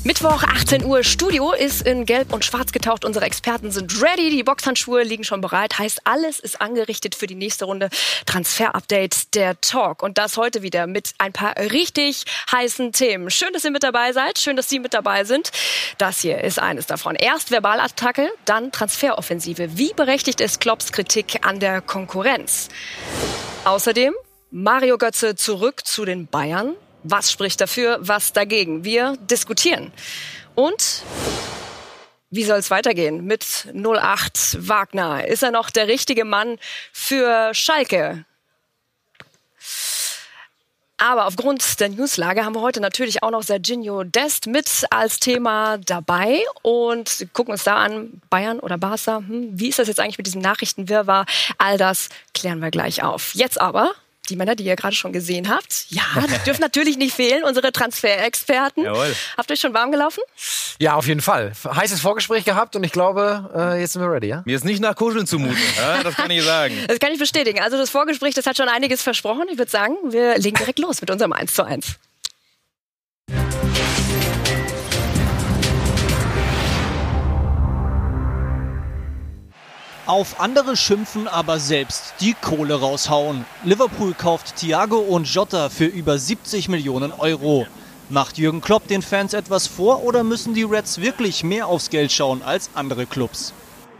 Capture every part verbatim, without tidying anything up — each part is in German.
Mittwoch, achtzehn Uhr, Studio ist in Gelb und Schwarz getaucht. Unsere Experten sind ready, die Boxhandschuhe liegen schon bereit. Heißt, alles ist angerichtet für die nächste Runde Transfer-Update, der Talk. Und das heute wieder mit ein paar richtig heißen Themen. Schön, dass ihr mit dabei seid, schön, dass Sie mit dabei sind. Das hier ist eines davon. Erst Verbalattacke, dann Transferoffensive. Wie berechtigt ist Klopps Kritik an der Konkurrenz? Außerdem Mario Götze zurück zu den Bayern. Was spricht dafür, was dagegen? Wir diskutieren. Und wie soll es weitergehen mit null acht Wagner? Ist er noch der richtige Mann für Schalke? Aber aufgrund der Newslage haben wir heute natürlich auch noch Serginho Dest mit als Thema dabei und gucken uns da an, Bayern oder Barca, hm, wie ist das jetzt eigentlich mit diesem Nachrichtenwirrwarr? All das klären wir gleich auf. Jetzt aber die Männer, die ihr gerade schon gesehen habt. Ja, die dürfen natürlich nicht fehlen, unsere Transferexperten. Jawohl. Habt ihr euch schon warm gelaufen? Ja, auf jeden Fall. Heißes Vorgespräch gehabt und ich glaube, äh, jetzt sind wir ready, ja? Mir ist nicht nach Kuscheln zumute, ja, das kann ich sagen. Das kann ich bestätigen. Also das Vorgespräch, das hat schon einiges versprochen. Ich würde sagen, wir legen direkt los mit unserem eins zu eins. Auf andere schimpfen, aber selbst die Kohle raushauen. Liverpool kauft Thiago und Jota für über siebzig Millionen Euro. Macht Jürgen Klopp den Fans etwas vor oder müssen die Reds wirklich mehr aufs Geld schauen als andere Clubs?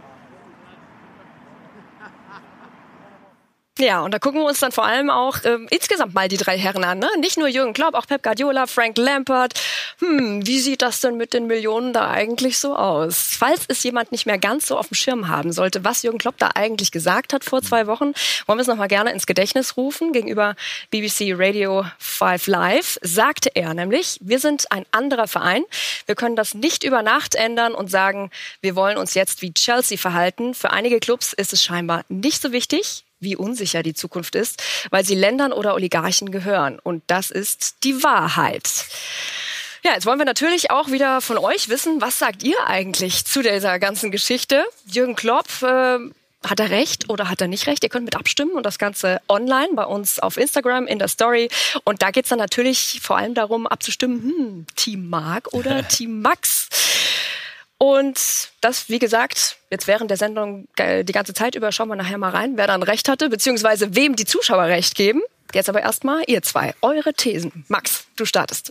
Ja, und da gucken wir uns dann vor allem auch ähm, insgesamt mal die drei Herren an. Ne? Nicht nur Jürgen Klopp, auch Pep Guardiola, Frank Lampard. Hm, wie sieht das denn mit den Millionen da eigentlich so aus? Falls es jemand nicht mehr ganz so auf dem Schirm haben sollte, was Jürgen Klopp da eigentlich gesagt hat vor zwei Wochen, wollen wir es nochmal gerne ins Gedächtnis rufen. Gegenüber B B C Radio fünf Live sagte er nämlich, wir sind ein anderer Verein. Wir können das nicht über Nacht ändern und sagen, wir wollen uns jetzt wie Chelsea verhalten. Für einige Clubs ist es scheinbar nicht so wichtig, wie unsicher die Zukunft ist, weil sie Ländern oder Oligarchen gehören. Und das ist die Wahrheit. Ja, jetzt wollen wir natürlich auch wieder von euch wissen, was sagt ihr eigentlich zu dieser ganzen Geschichte? Jürgen Klopp, äh, hat er recht oder hat er nicht recht? Ihr könnt mit abstimmen und das Ganze online bei uns auf Instagram in der Story. Und da geht's dann natürlich vor allem darum abzustimmen, hm, Team Marc oder Team Max. Und das, wie gesagt, jetzt während der Sendung die ganze Zeit über, schauen wir nachher mal rein, wer dann recht hatte, beziehungsweise wem die Zuschauer recht geben. Jetzt aber erstmal ihr zwei, eure Thesen. Max, du startest.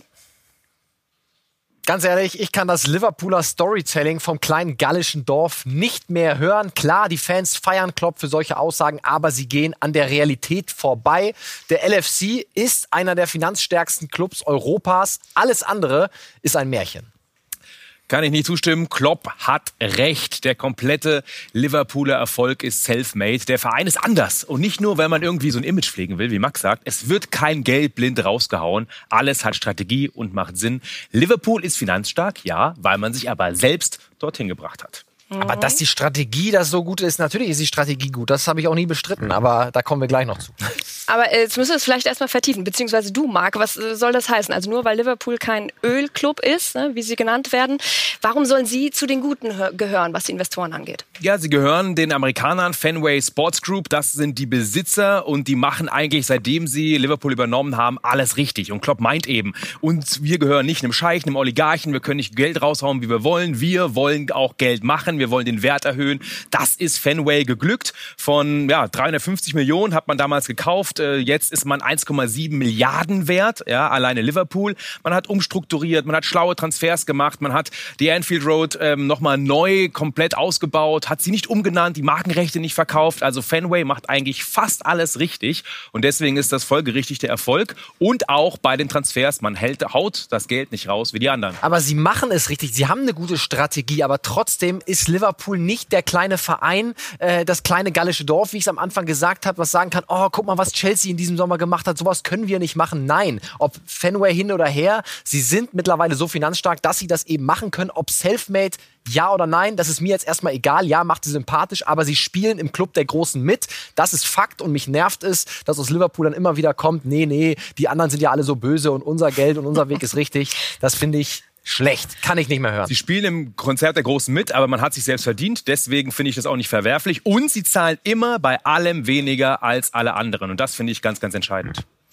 Ganz ehrlich, ich kann das Liverpooler Storytelling vom kleinen gallischen Dorf nicht mehr hören. Klar, die Fans feiern Klopp für solche Aussagen, aber sie gehen an der Realität vorbei. Der L F C ist einer der finanzstärksten Clubs Europas. Alles andere ist ein Märchen. Kann ich nicht zustimmen. Klopp hat recht. Der komplette Liverpooler Erfolg ist self-made. Der Verein ist anders. Und nicht nur, weil man irgendwie so ein Image pflegen will, wie Max sagt. Es wird kein Geld blind rausgehauen. Alles hat Strategie und macht Sinn. Liverpool ist finanzstark, ja, weil man sich aber selbst dorthin gebracht hat. Aber dass die Strategie das so gut ist, natürlich ist die Strategie gut. Das habe ich auch nie bestritten, aber da kommen wir gleich noch zu. Aber jetzt müssen wir es vielleicht erstmal vertiefen, beziehungsweise du, Marc, was soll das heißen? Also nur weil Liverpool kein Ölclub ist, ne, wie sie genannt werden, warum sollen sie zu den Guten gehören, was die Investoren angeht? Ja, sie gehören den Amerikanern, Fenway Sports Group, das sind die Besitzer und die machen eigentlich, seitdem sie Liverpool übernommen haben, alles richtig. Und Klopp meint eben, und wir gehören nicht einem Scheich, einem Oligarchen, wir können nicht Geld raushauen, wie wir wollen, wir wollen auch Geld machen, wir wollen den Wert erhöhen. Das ist Fenway geglückt. Von ja, dreihundertfünfzig Millionen hat man damals gekauft. Jetzt ist man eins Komma sieben Milliarden wert, ja, alleine Liverpool. Man hat umstrukturiert, man hat schlaue Transfers gemacht, man hat die Anfield Road ähm, nochmal neu komplett ausgebaut, hat sie nicht umgenannt, die Markenrechte nicht verkauft. Also Fenway macht eigentlich fast alles richtig und deswegen ist das folgerichtig der Erfolg. Und auch bei den Transfers, man hält, haut das Geld nicht raus wie die anderen. Aber sie machen es richtig, sie haben eine gute Strategie, aber trotzdem ist Liverpool nicht der kleine Verein, äh, das kleine gallische Dorf, wie ich es am Anfang gesagt habe, was sagen kann, oh, guck mal, was Chelsea in diesem Sommer gemacht hat, sowas können wir nicht machen. Nein, ob Fenway hin oder her, sie sind mittlerweile so finanzstark, dass sie das eben machen können. Ob self-made, ja oder nein, das ist mir jetzt erstmal egal. Ja, macht sie sympathisch, aber sie spielen im Club der Großen mit. Das ist Fakt und mich nervt es, dass aus Liverpool dann immer wieder kommt, nee, nee, die anderen sind ja alle so böse und unser Geld und unser Weg ist richtig. Das finde ich schlecht. Kann ich nicht mehr hören. Sie spielen im Konzert der Großen mit, aber man hat sich selbst verdient. Deswegen finde ich das auch nicht verwerflich. Und sie zahlen immer bei allem weniger als alle anderen. Und das finde ich ganz, ganz entscheidend.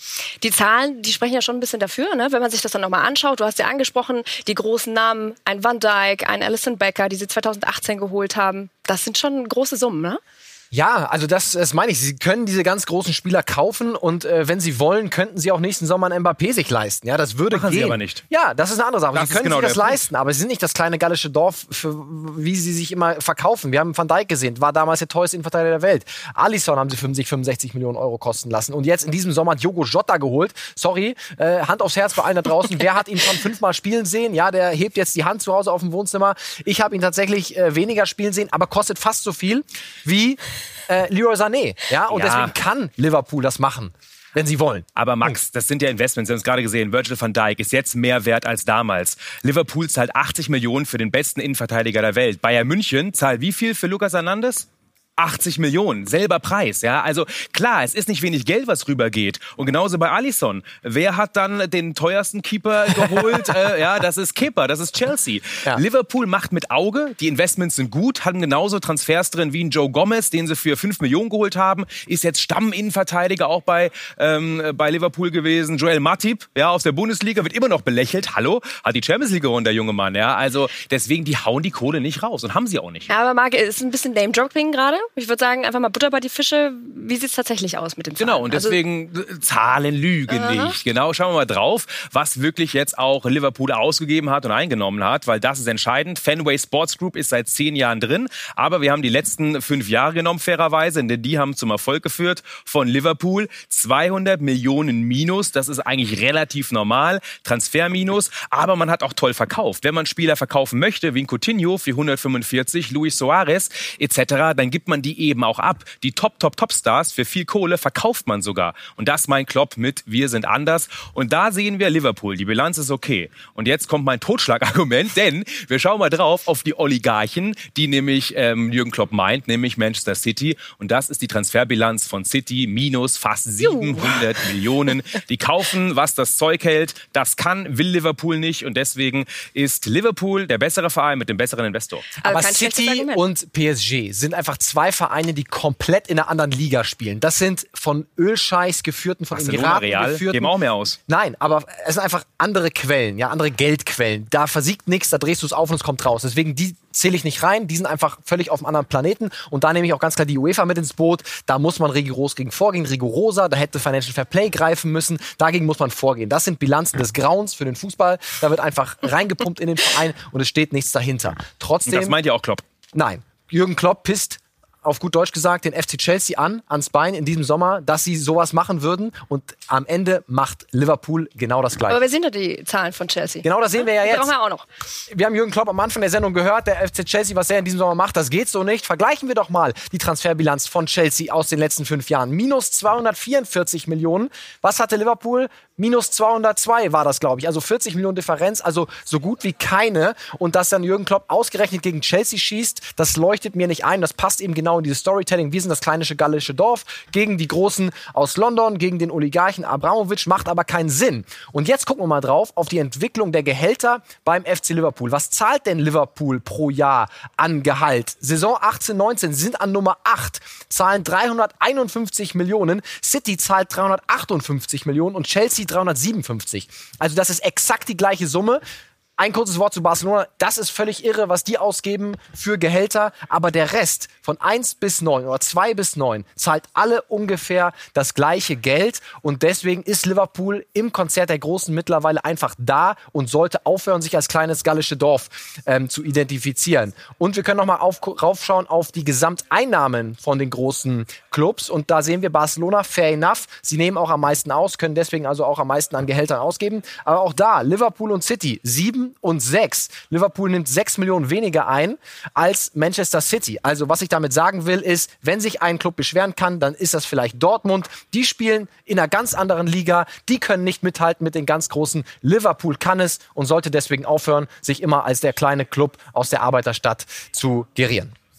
Die Zahlen, die sprechen ja schon ein bisschen dafür, ne? Wenn man sich das dann nochmal anschaut. Du hast ja angesprochen, die großen Namen, ein Van Dijk, ein Alisson Becker, die sie zwanzig achtzehn geholt haben. Das sind schon große Summen, ne? Ja, also das, das meine ich. Sie können diese ganz großen Spieler kaufen und äh, wenn sie wollen, könnten sie auch nächsten Sommer einen Mbappé sich leisten. Ja, das würde Machen gehen. sie aber nicht. Ja, das ist eine andere Sache. Das sie können genau sich das der leisten, aber sie sind nicht das kleine gallische Dorf, für, wie sie sich immer verkaufen. Wir haben Van Dijk gesehen, war damals der teuerste Innenverteidiger der Welt. Alisson haben sie fünfzig, fünfundsechzig Millionen Euro kosten lassen. Und jetzt in diesem Sommer hat Diogo Jota geholt. Sorry, äh, Hand aufs Herz bei allen da draußen. Wer hat ihn schon fünfmal spielen sehen? Ja, der hebt jetzt die Hand zu Hause auf dem Wohnzimmer. Ich habe ihn tatsächlich äh, weniger spielen sehen, aber kostet fast so viel wie Äh, Leroy Sané, ja, und Ja. deswegen kann Liverpool das machen, wenn sie wollen. Aber Max, das sind ja Investments, wir haben es gerade gesehen, Virgil van Dijk ist jetzt mehr wert als damals. Liverpool zahlt achtzig Millionen für den besten Innenverteidiger der Welt. Bayern München zahlt wie viel für Lucas Hernandez? achtzig Millionen, selber Preis, ja. Also klar, es ist nicht wenig Geld, was rübergeht. Und genauso bei Alisson. Wer hat dann den teuersten Keeper geholt? äh, ja, das ist Kepa, das ist Chelsea. Ja. Liverpool macht mit Auge, die Investments sind gut, hatten genauso Transfers drin wie ein Joe Gomez, den sie für fünf Millionen geholt haben, ist jetzt Stamminnenverteidiger auch bei, ähm, bei Liverpool gewesen. Joel Matip, ja, aus der Bundesliga, wird immer noch belächelt. Hallo? Hat die Champions League gewonnen, der junge Mann, ja. Also deswegen, die hauen die Kohle nicht raus und haben sie auch nicht. Ja, aber Marc, es ist ein bisschen Name-Dropping gerade. Ich würde sagen, einfach mal Butter bei die Fische. Wie sieht es tatsächlich aus mit den Zahlen? Genau, und deswegen also, Zahlen lügen Aha. nicht. Genau, schauen wir mal drauf, was wirklich jetzt auch Liverpool ausgegeben hat und eingenommen hat, weil das ist entscheidend. Fenway Sports Group ist seit zehn Jahren drin, aber wir haben die letzten fünf Jahre genommen, fairerweise, denn die haben zum Erfolg geführt von Liverpool. zweihundert Millionen Minus, das ist eigentlich relativ normal, Transferminus, aber man hat auch toll verkauft. Wenn man Spieler verkaufen möchte, wie ein Coutinho für hundertfünfundvierzig, Luis Suarez et cetera, dann gibt man die eben auch ab. Die Top, Top, Top-Stars für viel Kohle verkauft man sogar. Und das meint Klopp mit Wir sind anders. Und da sehen wir Liverpool. Die Bilanz ist okay. Und jetzt kommt mein Totschlagargument, denn wir schauen mal drauf auf die Oligarchen, die nämlich ähm, Jürgen Klopp meint, nämlich Manchester City. Und das ist die Transferbilanz von City, minus fast siebenhundert Millionen. Die kaufen, was das Zeug hält. Das kann, will Liverpool nicht. Und deswegen ist Liverpool der bessere Verein mit dem besseren Investor. Aber Aber kein schlechtes City Argument. und P S G sind einfach zwei Vereine, die komplett in einer anderen Liga spielen. Das sind von Ölscheichs geführten, von Barcelona, Emiraten Real, geführten. geben auch mehr aus. Nein, aber es sind einfach andere Quellen, ja, andere Geldquellen. Da versiegt nichts, da drehst du es auf und es kommt raus. Deswegen, die zähle ich nicht rein. Die sind einfach völlig auf einem anderen Planeten. Und da nehme ich auch ganz klar die UEFA mit ins Boot. Da muss man rigoros gegen vorgehen, rigoroser. Da hätte Financial Fair Play greifen müssen. Dagegen muss man vorgehen. Das sind Bilanzen des Grauens für den Fußball. Da wird einfach reingepumpt in den Verein und es steht nichts dahinter. Trotzdem. Und das meint ja auch Klopp. Nein. Jürgen Klopp pisst, auf gut Deutsch gesagt, den F C Chelsea an, ans Bein in diesem Sommer, dass sie sowas machen würden. Und am Ende macht Liverpool genau das Gleiche. Aber wer sind denn die Zahlen von Chelsea? Genau das sehen wir ja Die jetzt. brauchen wir auch noch. Wir haben Jürgen Klopp am Anfang der Sendung gehört, der F C Chelsea, was er in diesem Sommer macht, das geht so nicht. Vergleichen wir doch mal die Transferbilanz von Chelsea aus den letzten fünf Jahren. Minus zweihundertvierundvierzig Millionen. Was hatte Liverpool? Minus zweihundertzwei war das, glaube ich. Also vierzig Millionen Differenz, also so gut wie keine. Und dass dann Jürgen Klopp ausgerechnet gegen Chelsea schießt, das leuchtet mir nicht ein. Das passt eben genau in dieses Storytelling. Wir sind das kleine gallische Dorf gegen die Großen aus London, gegen den Oligarchen Abramovich, macht aber keinen Sinn. Und jetzt gucken wir mal drauf auf die Entwicklung der Gehälter beim F C Liverpool. Was zahlt denn Liverpool pro Jahr an Gehalt? Saison achtzehn neunzehn sind an Nummer acht, zahlen dreihunderteinundfünfzig Millionen, City zahlt dreihundertachtundfünfzig Millionen und Chelsea dreihundertsiebenundfünfzig. Also das ist exakt die gleiche Summe. Ein kurzes Wort zu Barcelona. Das ist völlig irre, was die ausgeben für Gehälter. Aber der Rest von eins bis neun oder zwei bis neun zahlt alle ungefähr das gleiche Geld. Und deswegen ist Liverpool im Konzert der Großen mittlerweile einfach da und sollte aufhören, sich als kleines gallische Dorf ähm, zu identifizieren. Und wir können nochmal raufschauen auf die Gesamteinnahmen von den großen Clubs. Und da sehen wir Barcelona, fair enough. Sie nehmen auch am meisten aus, können deswegen also auch am meisten an Gehältern ausgeben. Aber auch da, Liverpool und City, sieben und sechs. Liverpool nimmt sechs Millionen weniger ein als Manchester City. Also was ich damit sagen will, ist, wenn sich ein Club beschweren kann, dann ist das vielleicht Dortmund. Die spielen in einer ganz anderen Liga. Die können nicht mithalten mit den ganz großen. Liverpool kann es und sollte deswegen aufhören, sich immer als der kleine Club aus der Arbeiterstadt zu gerieren.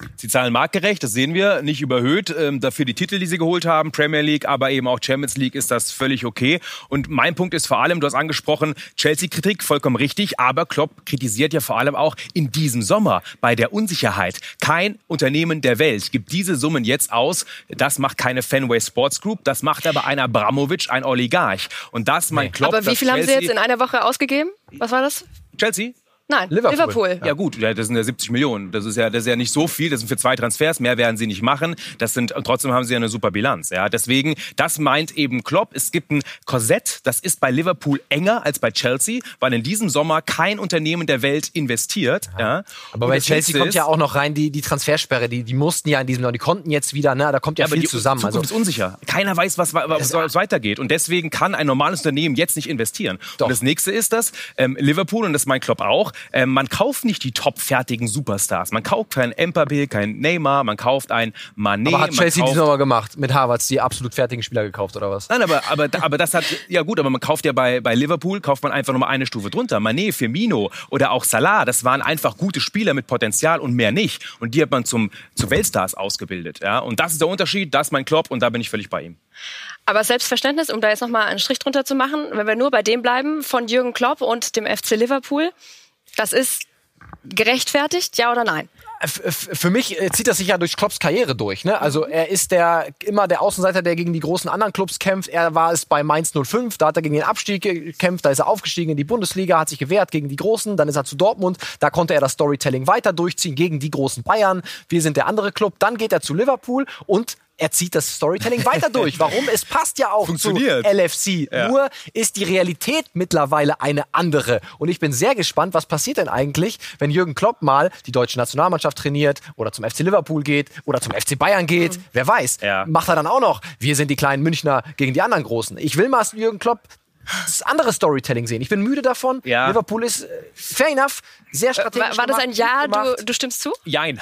Sie zahlen marktgerecht, das sehen wir, nicht überhöht. Ähm, dafür die Titel, die sie geholt haben, Premier League, aber eben auch Champions League, ist das völlig okay. Und mein Punkt ist vor allem, du hast angesprochen, Chelsea-Kritik, vollkommen richtig, aber Klopp kritisiert ja vor allem auch in diesem Sommer bei der Unsicherheit. Kein Unternehmen der Welt gibt diese Summen jetzt aus. Das macht keine Fenway Sports Group, das macht aber ein Abramovich, ein Oligarch. Und das, mein Klopp... Aber wie viel haben sie jetzt in einer Woche ausgegeben? Was war das? Chelsea? Nein, Liverpool. Liverpool. Ja gut, das sind ja siebzig Millionen. Das ist ja, das ist ja nicht so viel. Das sind für zwei Transfers. Mehr werden sie nicht machen. Das sind, und trotzdem haben sie ja eine super Bilanz. Ja, deswegen, das meint eben Klopp. Es gibt ein Korsett. Das ist bei Liverpool enger als bei Chelsea, weil in diesem Sommer kein Unternehmen der Welt investiert. Ja. Ja. Aber bei Chelsea kommt ja auch noch rein die, die Transfersperre. Die, die mussten ja in diesem Jahr, die konnten jetzt wieder, ne, da kommt ja, ja viel die zusammen. Die Zukunft also, ist unsicher. Keiner weiß, was, was, was weitergeht. Und deswegen kann ein normales Unternehmen jetzt nicht investieren. Doch. Und das nächste ist das, ähm, Liverpool, und das meint Klopp auch, ähm, man kauft nicht die top-fertigen Superstars. Man kauft keinen Mbappé, keinen Neymar, man kauft einen Mané. Aber hat Chelsea diesen Sommer gemacht mit Havertz, die absolut fertigen Spieler gekauft, oder was? Nein, aber, aber, aber das hat, ja gut, aber man kauft ja bei, bei Liverpool, kauft man einfach nochmal eine Stufe drunter. Mané, Firmino oder auch Salah, das waren einfach gute Spieler mit Potenzial und mehr nicht. Und die hat man zum, zu Weltstars ausgebildet. Ja? Und das ist der Unterschied, das ist mein Klopp, und da bin ich völlig bei ihm. Aber Selbstverständnis, um da jetzt nochmal einen Strich drunter zu machen, wenn wir nur bei dem bleiben, von Jürgen Klopp und dem F C Liverpool, das ist gerechtfertigt, ja oder nein? Für mich zieht das sich ja durch Klopps Karriere durch. Ne? Also er ist der immer der Außenseiter, der gegen die großen anderen Clubs kämpft. Er war es bei Mainz null fünf, da hat er gegen den Abstieg gekämpft, da ist er aufgestiegen in die Bundesliga, hat sich gewehrt gegen die Großen, dann ist er zu Dortmund, da konnte er das Storytelling weiter durchziehen gegen die großen Bayern. Wir sind der andere Club. Dann geht er zu Liverpool und er zieht das Storytelling weiter durch. Warum? Es passt ja auch zu L F C. Ja. Nur ist die Realität mittlerweile eine andere. Und ich bin sehr gespannt, was passiert denn eigentlich, wenn Jürgen Klopp mal die deutsche Nationalmannschaft trainiert oder zum F C Liverpool geht oder zum F C Bayern geht. Mhm. Wer weiß. Ja. Macht er dann auch noch, wir sind die kleinen Münchner gegen die anderen Großen. Ich will mal Jürgen Klopp das andere Storytelling sehen. Ich bin müde davon. Ja. Liverpool ist, äh, fair enough, sehr strategisch War, war das ein Ja? Du, du stimmst zu? Jein.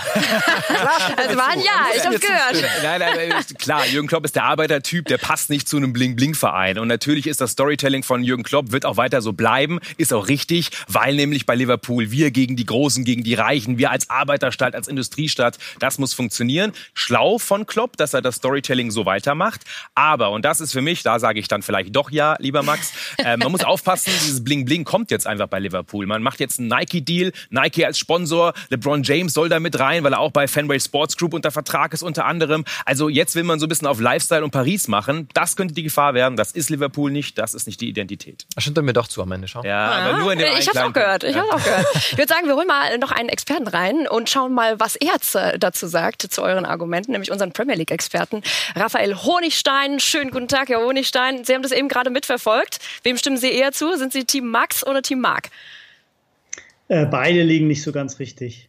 Also war ein Ja, ich hab's gehört. Nein, nein, klar, Jürgen Klopp ist der Arbeitertyp, der passt nicht zu einem Bling-Bling-Verein. Und natürlich ist das Storytelling von Jürgen Klopp, wird auch weiter so bleiben, ist auch richtig, weil nämlich bei Liverpool wir gegen die Großen, gegen die Reichen, wir als Arbeiterstadt, als Industriestadt, das muss funktionieren. Schlau von Klopp, dass er das Storytelling so weitermacht. Aber, und das ist für mich, da sage ich dann vielleicht doch Ja, lieber Max, äh, man muss aufpassen, dieses Bling-Bling kommt jetzt einfach bei Liverpool. Man macht jetzt einen Nike-Deal, Nike als Sponsor, LeBron James soll da mit rein, weil er auch bei Fenway Sports Group unter Vertrag ist unter anderem. Also jetzt will man so ein bisschen auf Lifestyle und Paris machen. Das könnte die Gefahr werden. Das ist Liverpool nicht, das ist nicht die Identität. Das stimmt mir doch zu am Ende, schau. Ja, ah, aber nur in dem Ich hab's auch gehört, ich hab's auch gehört. Ich würde sagen, wir holen mal noch einen Experten rein und schauen mal, was er dazu sagt, zu euren Argumenten, nämlich unseren Premier League-Experten, Raphael Honigstein. Schönen guten Tag, Herr Honigstein. Sie haben das eben gerade mitverfolgt. Wem stimmen Sie eher zu? Sind Sie Team Max oder Team Marc? Äh, beide liegen nicht so ganz richtig.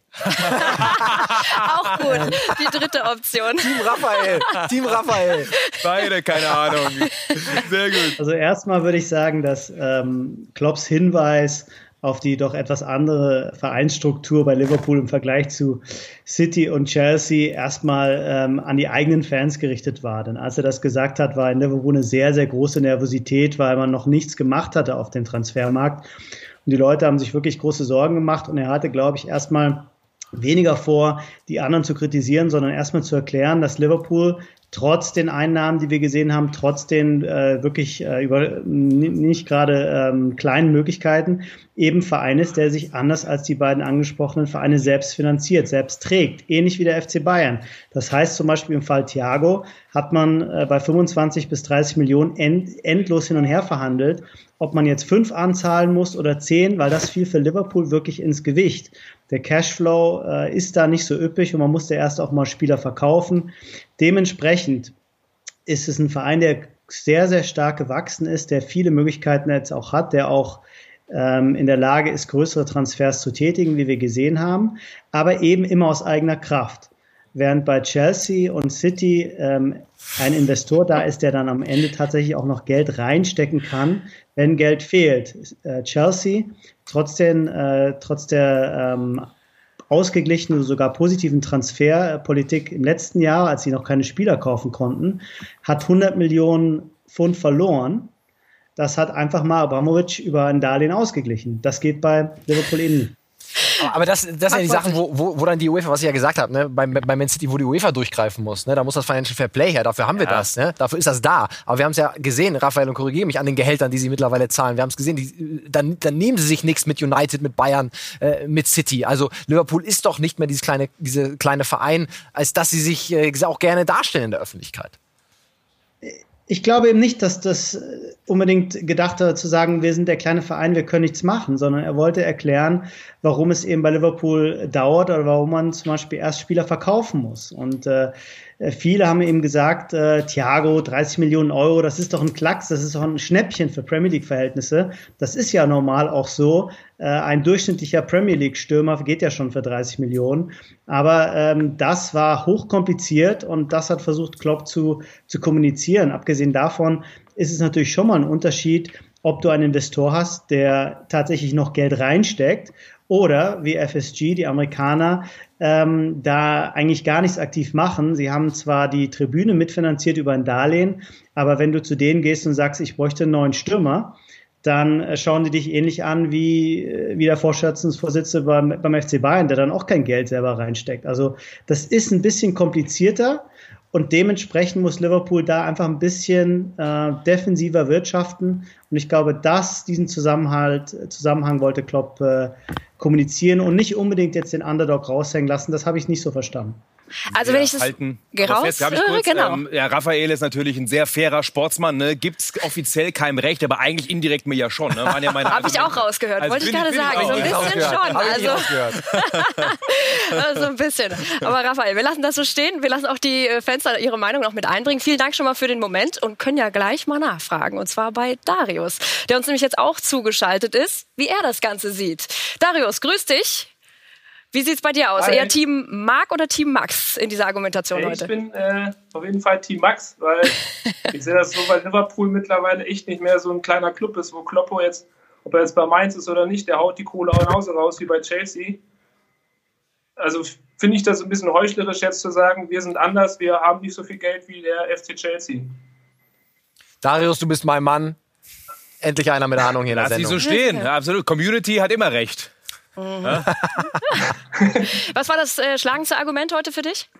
Auch gut. Die dritte Option. Team Raphael. Team Raphael. Beide, keine Ahnung. Sehr gut. Also erstmal würde ich sagen, dass ähm, Klopps Hinweis auf die doch etwas andere Vereinsstruktur bei Liverpool im Vergleich zu City und Chelsea erstmal ähm, an die eigenen Fans gerichtet war. Denn als er das gesagt hat, war in Liverpool eine sehr, sehr große Nervosität, weil man noch nichts gemacht hatte auf dem Transfermarkt. Und die Leute haben sich wirklich große Sorgen gemacht. Und er hatte, glaube ich, erstmal weniger vor, die anderen zu kritisieren, sondern erstmal zu erklären, dass Liverpool trotz den Einnahmen, die wir gesehen haben, trotz den äh, wirklich äh, über nicht gerade ähm, kleinen Möglichkeiten, eben Verein ist, der sich anders als die beiden angesprochenen Vereine selbst finanziert, selbst trägt, ähnlich wie der F C Bayern. Das heißt zum Beispiel im Fall Thiago hat man äh, bei fünfundzwanzig bis dreißig Millionen end, endlos hin und her verhandelt, ob man jetzt fünf anzahlen muss oder zehn, weil das fiel für Liverpool wirklich ins Gewicht. Der Cashflow äh, ist da nicht so üppig und man musste erst auch mal Spieler verkaufen. Dementsprechend ist es ein Verein, der sehr, sehr stark gewachsen ist, der viele Möglichkeiten jetzt auch hat, der auch ähm, in der Lage ist, größere Transfers zu tätigen, wie wir gesehen haben, aber eben immer aus eigener Kraft. Während bei Chelsea und City ähm, ein Investor da ist, der dann am Ende tatsächlich auch noch Geld reinstecken kann, wenn Geld fehlt. Äh, Chelsea, trotz, den, äh, trotz der ähm, ausgeglichenen, sogar positiven Transferpolitik im letzten Jahr, als sie noch keine Spieler kaufen konnten, hat hundert Millionen Pfund verloren. Das hat einfach mal Abramovich über ein Darlehen ausgeglichen. Das geht bei Liverpool eben nicht. Aber das, das sind ja die Sachen, wo, wo, wo dann die UEFA, was ich ja gesagt habe, ne, bei, bei Man City, wo die UEFA durchgreifen muss. Ne, da muss das Financial Fair Play her, dafür haben wir ja. das. Ne, dafür ist das da. Aber wir haben es ja gesehen, Raphael, und korrigiere mich, an den Gehältern, die sie mittlerweile zahlen. Wir haben es gesehen, die, dann, dann nehmen sie sich nichts mit United, mit Bayern, äh, mit City. Also Liverpool ist doch nicht mehr dieses kleine, diese kleine Verein, als dass sie sich äh, auch gerne darstellen in der Öffentlichkeit. Ich glaube eben nicht, dass das unbedingt gedacht hat, zu sagen, wir sind der kleine Verein, wir können nichts machen, sondern er wollte erklären, warum es eben bei Liverpool dauert oder warum man zum Beispiel erst Spieler verkaufen muss. Und äh, viele haben eben gesagt, äh, Thiago, dreißig Millionen Euro, das ist doch ein Klacks, das ist doch ein Schnäppchen für Premier League-Verhältnisse. Das ist ja normal auch so. Äh, ein durchschnittlicher Premier League-Stürmer geht ja schon für dreißig Millionen. Aber ähm, das war hochkompliziert und das hat versucht, Klopp zu, zu kommunizieren. Abgesehen davon ist es natürlich schon mal ein Unterschied, ob du einen Investor hast, der tatsächlich noch Geld reinsteckt oder wie F S G, die Amerikaner, ähm, da eigentlich gar nichts aktiv machen. Sie haben zwar die Tribüne mitfinanziert über ein Darlehen, aber wenn du zu denen gehst und sagst, ich bräuchte einen neuen Stürmer, dann äh, schauen die dich ähnlich an wie, wie der Vorstandsvorsitzende beim, beim F C Bayern, der dann auch kein Geld selber reinsteckt. Also das ist ein bisschen komplizierter. Und dementsprechend muss Liverpool da einfach ein bisschen äh, defensiver wirtschaften. Und ich glaube, dass diesen Zusammenhalt, Zusammenhang wollte Klopp äh, kommunizieren und nicht unbedingt jetzt den Underdog raushängen lassen. Das habe ich nicht so verstanden. Also ja, wenn ich das halten. raus, fest, ich kurz, genau. Ähm, ja, Raphael ist natürlich ein sehr fairer Sportsmann. Ne? Gibt es offiziell keinem Recht, aber eigentlich indirekt mir ja schon. Ne? Ja Habe ich auch rausgehört, also wollte ich gerade sagen. So ein bisschen schon. Also, so ein bisschen. Aber Raphael, wir lassen das so stehen. Wir lassen auch die Fans ihre Meinung noch mit einbringen. Vielen Dank schon mal für den Moment und können ja gleich mal nachfragen. Und zwar bei Darius, der uns nämlich jetzt auch zugeschaltet ist, wie er das Ganze sieht. Darius, grüß dich. Wie sieht's bei dir aus? Hi. Eher Team Marc oder Team Max in dieser Argumentation hey, heute? Ich bin äh, auf jeden Fall Team Max, weil ich sehe das so, weil Liverpool mittlerweile echt nicht mehr so ein kleiner Club ist, wo Kloppo jetzt, ob er jetzt bei Mainz ist oder nicht, der haut die Kohle genauso raus wie bei Chelsea. Also finde ich das ein bisschen heuchlerisch jetzt zu sagen, wir sind anders, wir haben nicht so viel Geld wie der F C Chelsea. Darius, du bist mein Mann. Endlich einer mit Ahnung hier in der Lass Sendung. Lass sie so stehen, ja, absolut. Community hat immer recht. Mhm. Ja? Was war das äh, schlagendste Argument heute für dich?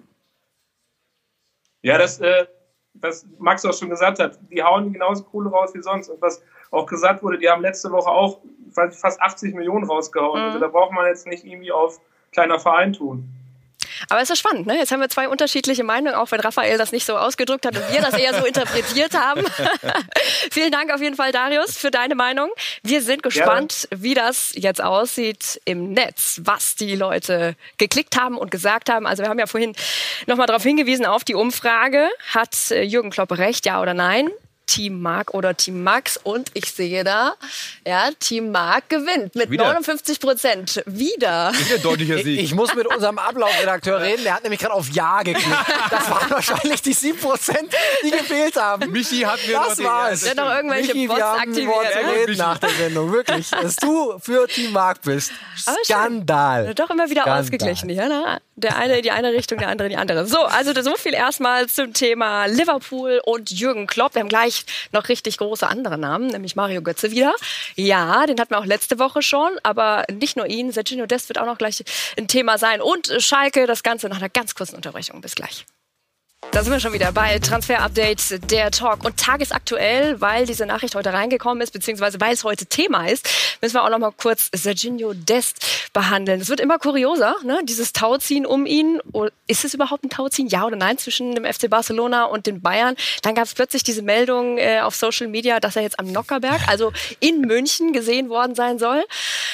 Ja, das, äh, was Max auch schon gesagt hat, die hauen genauso Kohle raus wie sonst. Und was auch gesagt wurde, die haben letzte Woche auch fast achtzig Millionen rausgehauen. Mhm. Also da braucht man jetzt nicht irgendwie auf kleiner Verein tun. Aber es ist spannend, ne? Jetzt haben wir zwei unterschiedliche Meinungen, auch wenn Raphael das nicht so ausgedrückt hat und wir das eher so interpretiert haben. Vielen Dank auf jeden Fall, Darius, für deine Meinung. Wir sind gespannt, ja, wie das jetzt aussieht im Netz, was die Leute geklickt haben und gesagt haben. Also wir haben ja vorhin nochmal darauf hingewiesen, auf die Umfrage. Hat Jürgen Klopp recht, ja oder nein? Team Marc oder Team Max, und ich sehe da, ja, Team Marc gewinnt mit Wieder. neunundfünfzig Prozent. Wieder. Wieder deutlicher Sieg. Ich, ich muss mit unserem Ablaufredakteur reden, der hat nämlich gerade auf Ja geklickt. Das waren wahrscheinlich die sieben Prozent, die gefehlt haben. Michi hat mir das noch war's. Der hat noch irgendwelche Michi, Bots aktiviert. Reden nach der Sendung, wirklich. Dass du für Team Marc bist. Skandal. Doch immer wieder Skandal. Ausgeglichen. Ja, ne? Der eine in die eine Richtung, der andere in die andere. So, also so viel erstmal zum Thema Liverpool und Jürgen Klopp. Wir haben gleich noch richtig große andere Namen, nämlich Mario Götze wieder. Ja, den hatten wir auch letzte Woche schon, aber nicht nur ihn. Serginho Dest wird auch noch gleich ein Thema sein. Und Schalke, das Ganze nach einer ganz kurzen Unterbrechung. Bis gleich. Da sind wir schon wieder bei Transfer Update, der Talk. Und tagesaktuell, weil diese Nachricht heute reingekommen ist, beziehungsweise weil es heute Thema ist, müssen wir auch noch mal kurz Serginho Dest behandeln. Es wird immer kurioser, ne? Dieses Tauziehen um ihn. Ist es überhaupt ein Tauziehen, ja oder nein, zwischen dem F C Barcelona und den Bayern? Dann gab es plötzlich diese Meldung äh, auf Social Media, dass er jetzt am Nockerberg, also in München, gesehen worden sein soll.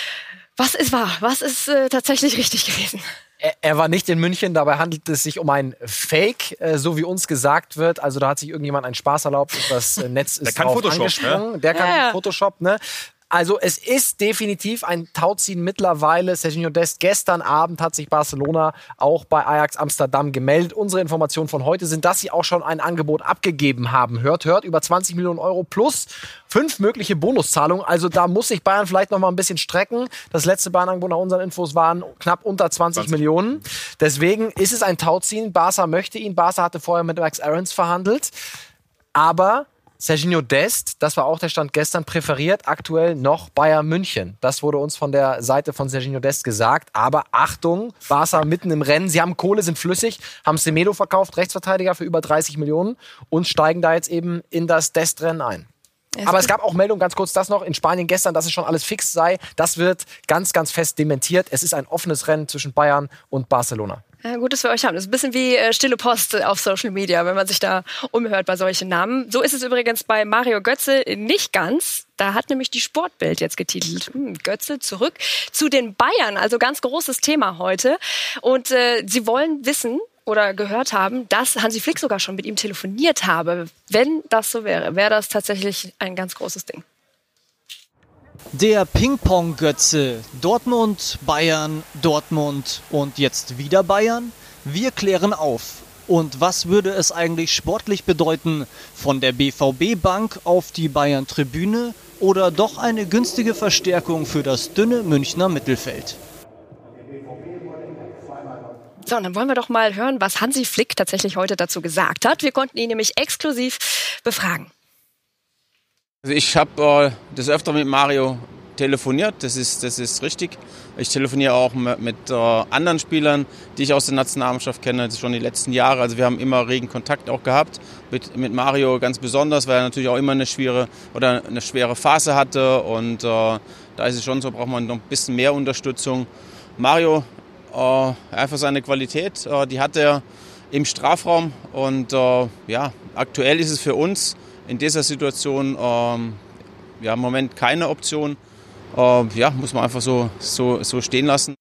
Was ist wahr? Was ist äh, tatsächlich richtig gewesen? Er war nicht in München, dabei handelt es sich um ein Fake, so wie uns gesagt wird. Also da hat sich irgendjemand einen Spaß erlaubt, das Netz ist Der kann drauf Photoshop, angesprungen. Ne? Der kann ja, ja. Photoshop, ne? Also es ist definitiv ein Tauziehen mittlerweile. Serginho Dest, gestern Abend hat sich Barcelona auch bei Ajax Amsterdam gemeldet. Unsere Informationen von heute sind, dass sie auch schon ein Angebot abgegeben haben. Hört, hört, über zwanzig Millionen Euro plus fünf mögliche Bonuszahlungen. Also da muss sich Bayern vielleicht noch mal ein bisschen strecken. Das letzte Bayern-Angebot nach unseren Infos waren knapp unter zwanzig, zwanzig Millionen. Deswegen ist es ein Tauziehen. Barca möchte ihn. Barca hatte vorher mit Max Aarons verhandelt. Aber Serginho Dest, das war auch der Stand gestern, präferiert aktuell noch Bayern München. Das wurde uns von der Seite von Serginho Dest gesagt. Aber Achtung, Barca mitten im Rennen. Sie haben Kohle, sind flüssig, haben Semedo verkauft, Rechtsverteidiger für über dreißig Millionen und steigen da jetzt eben in das Dest-Rennen ein. Es Aber es gab auch Meldungen, ganz kurz das noch, in Spanien gestern, dass es schon alles fix sei. Das wird ganz, ganz fest dementiert. Es ist ein offenes Rennen zwischen Bayern und Barcelona. Ja, gut, dass wir euch haben. Das ist ein bisschen wie äh, stille Post auf Social Media, wenn man sich da umhört bei solchen Namen. So ist es übrigens bei Mario Götze nicht ganz. Da hat nämlich die Sportbild jetzt getitelt. Hm, Götze zurück zu den Bayern. Also ganz großes Thema heute. Und äh, sie wollen wissen oder gehört haben, dass Hansi Flick sogar schon mit ihm telefoniert habe. Wenn das so wäre, wäre das tatsächlich ein ganz großes Ding. Der Ping-Pong-Götze. Dortmund, Bayern, Dortmund und jetzt wieder Bayern? Wir klären auf. Und was würde es eigentlich sportlich bedeuten? Von der B V B-Bank auf die Bayern-Tribüne oder doch eine günstige Verstärkung für das dünne Münchner Mittelfeld? So, und dann wollen wir doch mal hören, was Hansi Flick tatsächlich heute dazu gesagt hat. Wir konnten ihn nämlich exklusiv befragen. Also ich habe äh, des Öfteren mit Mario telefoniert, das ist, das ist richtig. Ich telefoniere auch mit, mit äh, anderen Spielern, die ich aus der Nationalmannschaft kenne, das ist schon die letzten Jahre. Also wir haben immer regen Kontakt auch gehabt, mit, mit Mario ganz besonders, weil er natürlich auch immer eine schwere, oder eine schwere Phase hatte. Und äh, da ist es schon so, braucht man noch ein bisschen mehr Unterstützung. Mario, äh, einfach seine Qualität, äh, die hat er im Strafraum. Und äh, ja, aktuell ist es für uns in dieser Situation ähm, ja, im Moment keine Option. Äh, ja, muss man einfach so, so, so stehen lassen.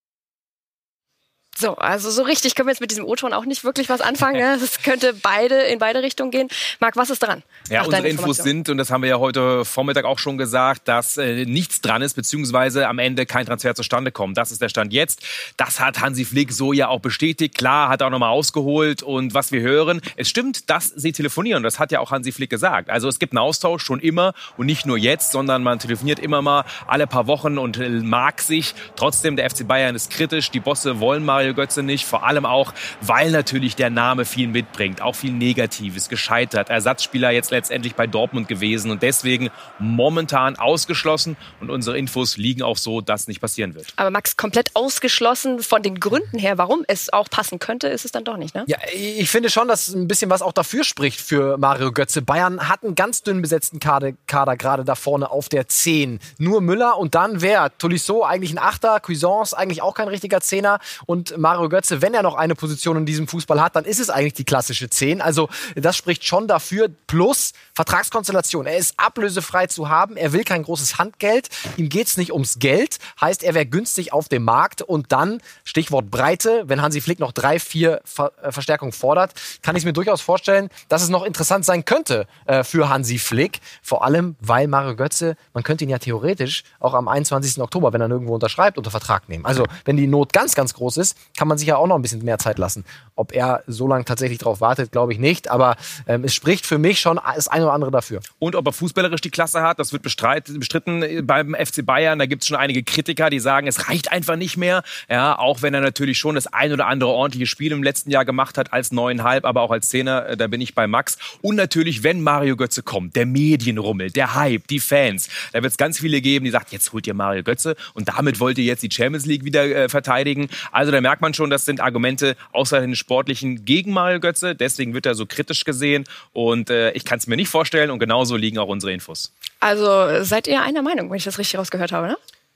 So, also so richtig können wir jetzt mit diesem O-Ton auch nicht wirklich was anfangen. Es könnte beide in beide Richtungen gehen. Marc, was ist dran? Ja, unsere Infos sind, und das haben wir ja heute Vormittag auch schon gesagt, dass äh, nichts dran ist, beziehungsweise am Ende kein Transfer zustande kommt. Das ist der Stand jetzt. Das hat Hansi Flick so ja auch bestätigt. Klar, hat er auch nochmal ausgeholt. Und was wir hören, es stimmt, dass sie telefonieren. Das hat ja auch Hansi Flick gesagt. Also es gibt einen Austausch schon immer und nicht nur jetzt, sondern man telefoniert immer mal alle paar Wochen und äh, mag sich. Trotzdem, der F C Bayern ist kritisch. Die Bosse wollen Mario Götze nicht, vor allem auch, weil natürlich der Name viel mitbringt, auch viel Negatives, gescheitert, Ersatzspieler jetzt letztendlich bei Dortmund gewesen und deswegen momentan ausgeschlossen und unsere Infos liegen auch so, dass nicht passieren wird. Aber Max, komplett ausgeschlossen von den Gründen her, warum es auch passen könnte, ist es dann doch nicht, ne? Ja, ich finde schon, dass ein bisschen was auch dafür spricht für Mario Götze. Bayern hat einen ganz dünn besetzten Kader, Kader gerade da vorne auf der zehn. Nur Müller und dann wer? Tolisso eigentlich ein Achter, Cuisance eigentlich auch kein richtiger Zehner und Mario Götze, wenn er noch eine Position in diesem Fußball hat, dann ist es eigentlich die klassische zehn. Also das spricht schon dafür. Plus Vertragskonstellation. Er ist ablösefrei zu haben. Er will kein großes Handgeld. Ihm geht es nicht ums Geld. Heißt, er wäre günstig auf dem Markt. Und dann, Stichwort Breite, wenn Hansi Flick noch drei, vier Ver- äh, Verstärkungen fordert, kann ich es mir durchaus vorstellen, dass es noch interessant sein könnte äh, für Hansi Flick. Vor allem, weil Mario Götze, man könnte ihn ja theoretisch auch am einundzwanzigsten Oktober, wenn er nirgendwo unterschreibt, unter Vertrag nehmen. Also wenn die Not ganz, ganz groß ist, kann man sich ja auch noch ein bisschen mehr Zeit lassen. Ob er so lange tatsächlich drauf wartet, glaube ich nicht. Aber ähm, es spricht für mich schon das eine oder andere dafür. Und ob er fußballerisch die Klasse hat, das wird bestritten beim F C Bayern. Da gibt es schon einige Kritiker, die sagen, es reicht einfach nicht mehr. Ja, auch wenn er natürlich schon das ein oder andere ordentliche Spiel im letzten Jahr gemacht hat, als neuneinhalb, aber auch als Zehner, da bin ich bei Max. Und natürlich, wenn Mario Götze kommt, der Medienrummel, der Hype, die Fans, da wird es ganz viele geben, die sagen, jetzt holt ihr Mario Götze und damit wollt ihr jetzt die Champions League wieder äh, verteidigen. Also da merkt man schon, das sind Argumente außer den sportlichen gegen Mario Götze. Deswegen wird er so kritisch gesehen. Und äh, ich kann es mir nicht vorstellen. Und genauso liegen auch unsere Infos. Also seid ihr einer Meinung, wenn ich das richtig rausgehört habe, ne?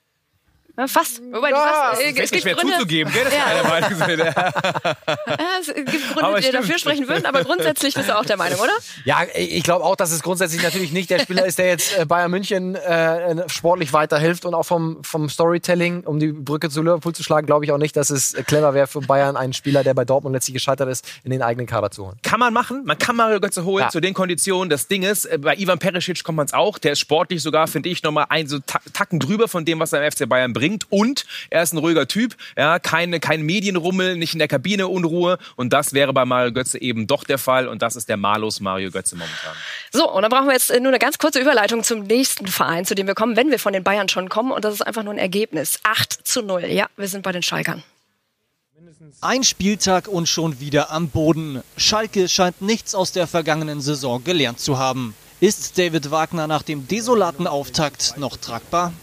Ja, fast. Wobei, ja, du hast, äh, es ist nicht schwer Gründe, zuzugeben, gell, dass ja. wir einer Meinung sind. Ja, es gibt Gründe, Aber die dafür sprechen würden, aber grundsätzlich bist du auch der Meinung, oder? Ja, ich glaube auch, dass es grundsätzlich natürlich nicht der Spieler ist, der jetzt äh, Bayern München äh, sportlich weiterhilft und auch vom, vom Storytelling, um die Brücke zu Liverpool zu schlagen, glaube ich auch nicht, dass es clever wäre für Bayern, einen Spieler, der bei Dortmund letztlich gescheitert ist, in den eigenen Kader zu holen. Kann man machen. Man kann Mario Götze holen, ja, zu den Konditionen. Das Ding ist, bei Ivan Perisic kommt man es auch. Der ist sportlich sogar, finde ich, nochmal einen so Tacken drüber von dem, was er im F C Bayern bringt. Und er ist ein ruhiger Typ, ja, keine, kein Medienrummel, nicht in der Kabine Unruhe. Und das wäre bei Mario Götze eben doch der Fall. Und das ist der Malus Mario Götze momentan. So, und dann brauchen wir jetzt nur eine ganz kurze Überleitung zum nächsten Verein, zu dem wir kommen, wenn wir von den Bayern schon kommen. Und das ist einfach nur ein Ergebnis. acht zu null. Ja, wir sind bei den Schalkern. Ein Spieltag und schon wieder am Boden. Schalke scheint nichts aus der vergangenen Saison gelernt zu haben. Ist David Wagner nach dem desolaten Auftakt noch tragbar?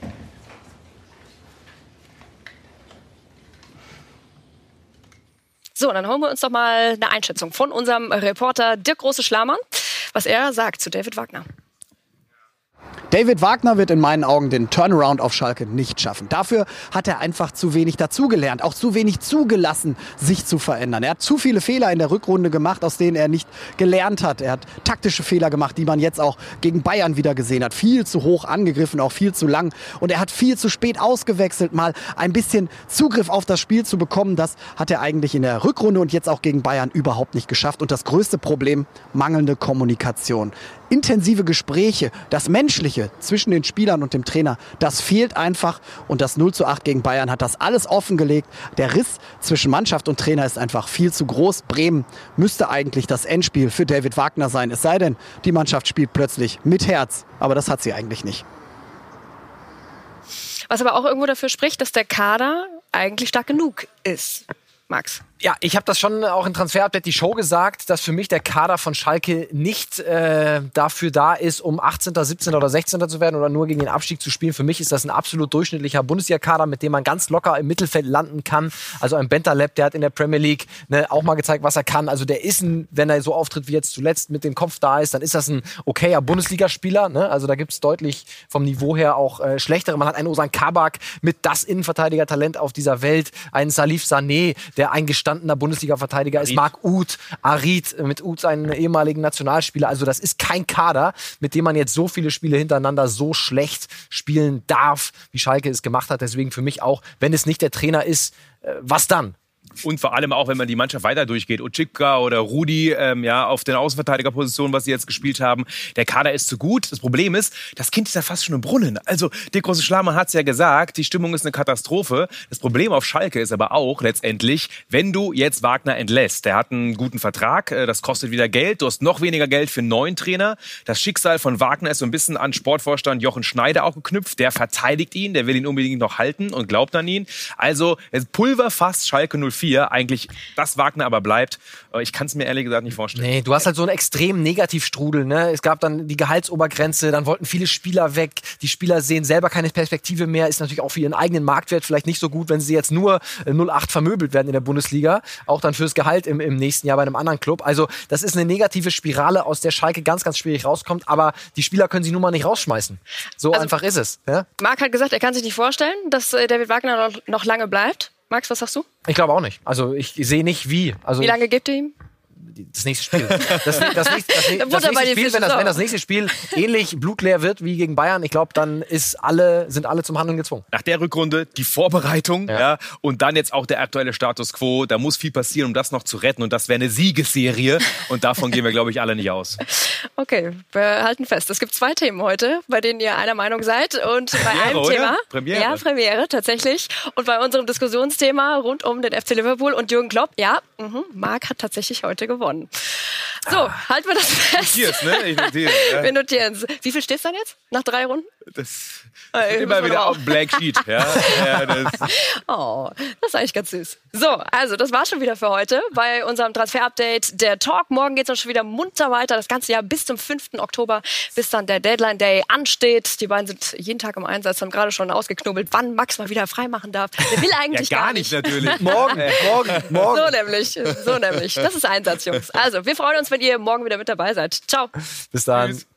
So, dann holen wir uns doch mal eine Einschätzung von unserem Reporter Dirk Große-Schlamann, was er sagt zu David Wagner. David Wagner wird in meinen Augen den Turnaround auf Schalke nicht schaffen. Dafür hat er einfach zu wenig dazugelernt, auch zu wenig zugelassen, sich zu verändern. Er hat zu viele Fehler in der Rückrunde gemacht, aus denen er nicht gelernt hat. Er hat taktische Fehler gemacht, die man jetzt auch gegen Bayern wieder gesehen hat. Viel zu hoch angegriffen, auch viel zu lang. Und er hat viel zu spät ausgewechselt, mal ein bisschen Zugriff auf das Spiel zu bekommen. Das hat er eigentlich in der Rückrunde und jetzt auch gegen Bayern überhaupt nicht geschafft. Und das größte Problem, mangelnde Kommunikation. Intensive Gespräche, das Menschliche zwischen den Spielern und dem Trainer, das fehlt einfach. Und das null zu acht gegen Bayern hat das alles offengelegt. Der Riss zwischen Mannschaft und Trainer ist einfach viel zu groß. Bremen müsste eigentlich das Endspiel für David Wagner sein. Es sei denn, die Mannschaft spielt plötzlich mit Herz. Aber das hat sie eigentlich nicht. Was aber auch irgendwo dafür spricht, dass der Kader eigentlich stark genug ist. Max? Ja, ich habe das schon auch in Transfer-Update die Show gesagt, dass für mich der Kader von Schalke nicht äh, dafür da ist, um achtzehnter, siebzehnter oder sechzehnter zu werden oder nur gegen den Abstieg zu spielen. Für mich ist das ein absolut durchschnittlicher Bundesliga-Kader, mit dem man ganz locker im Mittelfeld landen kann. Also ein Bentaleb, der hat in der Premier League ne, auch mal gezeigt, was er kann. Also der ist, ein, wenn er so auftritt wie jetzt zuletzt, mit dem Kopf da ist, dann ist das ein okayer Bundesligaspieler. Ne? Also da gibt es deutlich vom Niveau her auch äh, schlechtere. Man hat einen Ozan Kabak mit das Innenverteidiger-Talent auf dieser Welt, einen Salif Sané, der eingestandener Bundesliga-Verteidiger ist, Marc Uth, Arid, mit Uth einen ehemaligen Nationalspieler. Also das ist kein Kader, mit dem man jetzt so viele Spiele hintereinander so schlecht spielen darf, wie Schalke es gemacht hat. Deswegen für mich auch, wenn es nicht der Trainer ist, äh, was dann? Und vor allem auch, wenn man die Mannschaft weiter durchgeht. Otschipka oder Rudi ähm, ja, auf den Außenverteidigerpositionen, was sie jetzt gespielt haben. Der Kader ist zu gut. Das Problem ist, das Kind ist ja fast schon im Brunnen. Also, Dirk Große-Schlamann hat es ja gesagt, die Stimmung ist eine Katastrophe. Das Problem auf Schalke ist aber auch letztendlich, wenn du jetzt Wagner entlässt. Der hat einen guten Vertrag, das kostet wieder Geld. Du hast noch weniger Geld für einen neuen Trainer. Das Schicksal von Wagner ist so ein bisschen an Sportvorstand Jochen Schneider auch geknüpft. Der verteidigt ihn, der will ihn unbedingt noch halten und glaubt an ihn. Also, es pulverfasst Schalke null vier. Eigentlich, dass Wagner aber bleibt. Ich kann es mir ehrlich gesagt nicht vorstellen. Nee, du hast halt so einen extremen Negativstrudel. Ne? Es gab dann die Gehaltsobergrenze, dann wollten viele Spieler weg. Die Spieler sehen selber keine Perspektive mehr. Ist natürlich auch für ihren eigenen Marktwert vielleicht nicht so gut, wenn sie jetzt nur null acht vermöbelt werden in der Bundesliga. Auch dann fürs Gehalt im, im nächsten Jahr bei einem anderen Club. Also das ist eine negative Spirale, aus der Schalke ganz, ganz schwierig rauskommt. Aber die Spieler können sie nun mal nicht rausschmeißen. So also, einfach ist es. Ja? Marc hat gesagt, er kann sich nicht vorstellen, dass äh, David Wagner noch, noch lange bleibt. Max, was sagst du? Ich glaube auch nicht. Also ich sehe nicht, wie. Also wie lange gibt ihr ihm? Das nächste Spiel. Das, das, das, das, das, das nächste Spiel, wenn das, wenn das nächste Spiel ähnlich blutleer wird wie gegen Bayern, ich glaube, dann ist alle, sind alle zum Handeln gezwungen. Nach der Rückrunde die Vorbereitung ja. Ja, und dann jetzt auch der aktuelle Status quo. Da muss viel passieren, um das noch zu retten. Und das wäre eine Siegesserie. Und davon gehen wir, glaube ich, alle nicht aus. Okay, wir halten fest. Es gibt zwei Themen heute, bei denen ihr einer Meinung seid. Und bei Premiere, einem oder? Thema. Premiere. Ja, Premiere, tatsächlich. Und bei unserem Diskussionsthema rund um den F C Liverpool und Jürgen Klopp. Ja, mh, Marc hat tatsächlich heute gewonnen. So, ah, halten wir das fest. Notier's, ne? Ich notiere, ja. Wir notieren es. Wie viel steht es dann jetzt? Nach drei Runden? Das ist immer wieder auf dem Black Sheet. Ja? Ja, das. Oh, das ist eigentlich ganz süß. So, also das war schon wieder für heute bei unserem Transfer-Update. Der Talk, morgen geht es schon wieder munter weiter. Das ganze Jahr bis zum fünften Oktober, bis dann der Deadline Day ansteht. Die beiden sind jeden Tag im Einsatz, haben gerade schon ausgeknobelt, wann Max mal wieder freimachen darf. Der will eigentlich ja, gar, gar nicht. nicht natürlich. morgen, morgen, morgen. So nämlich, so nämlich. Das ist Einsatz, Jungs. Also, wir freuen uns, wenn ihr morgen wieder mit dabei seid. Ciao. Bis dann. Tschüss.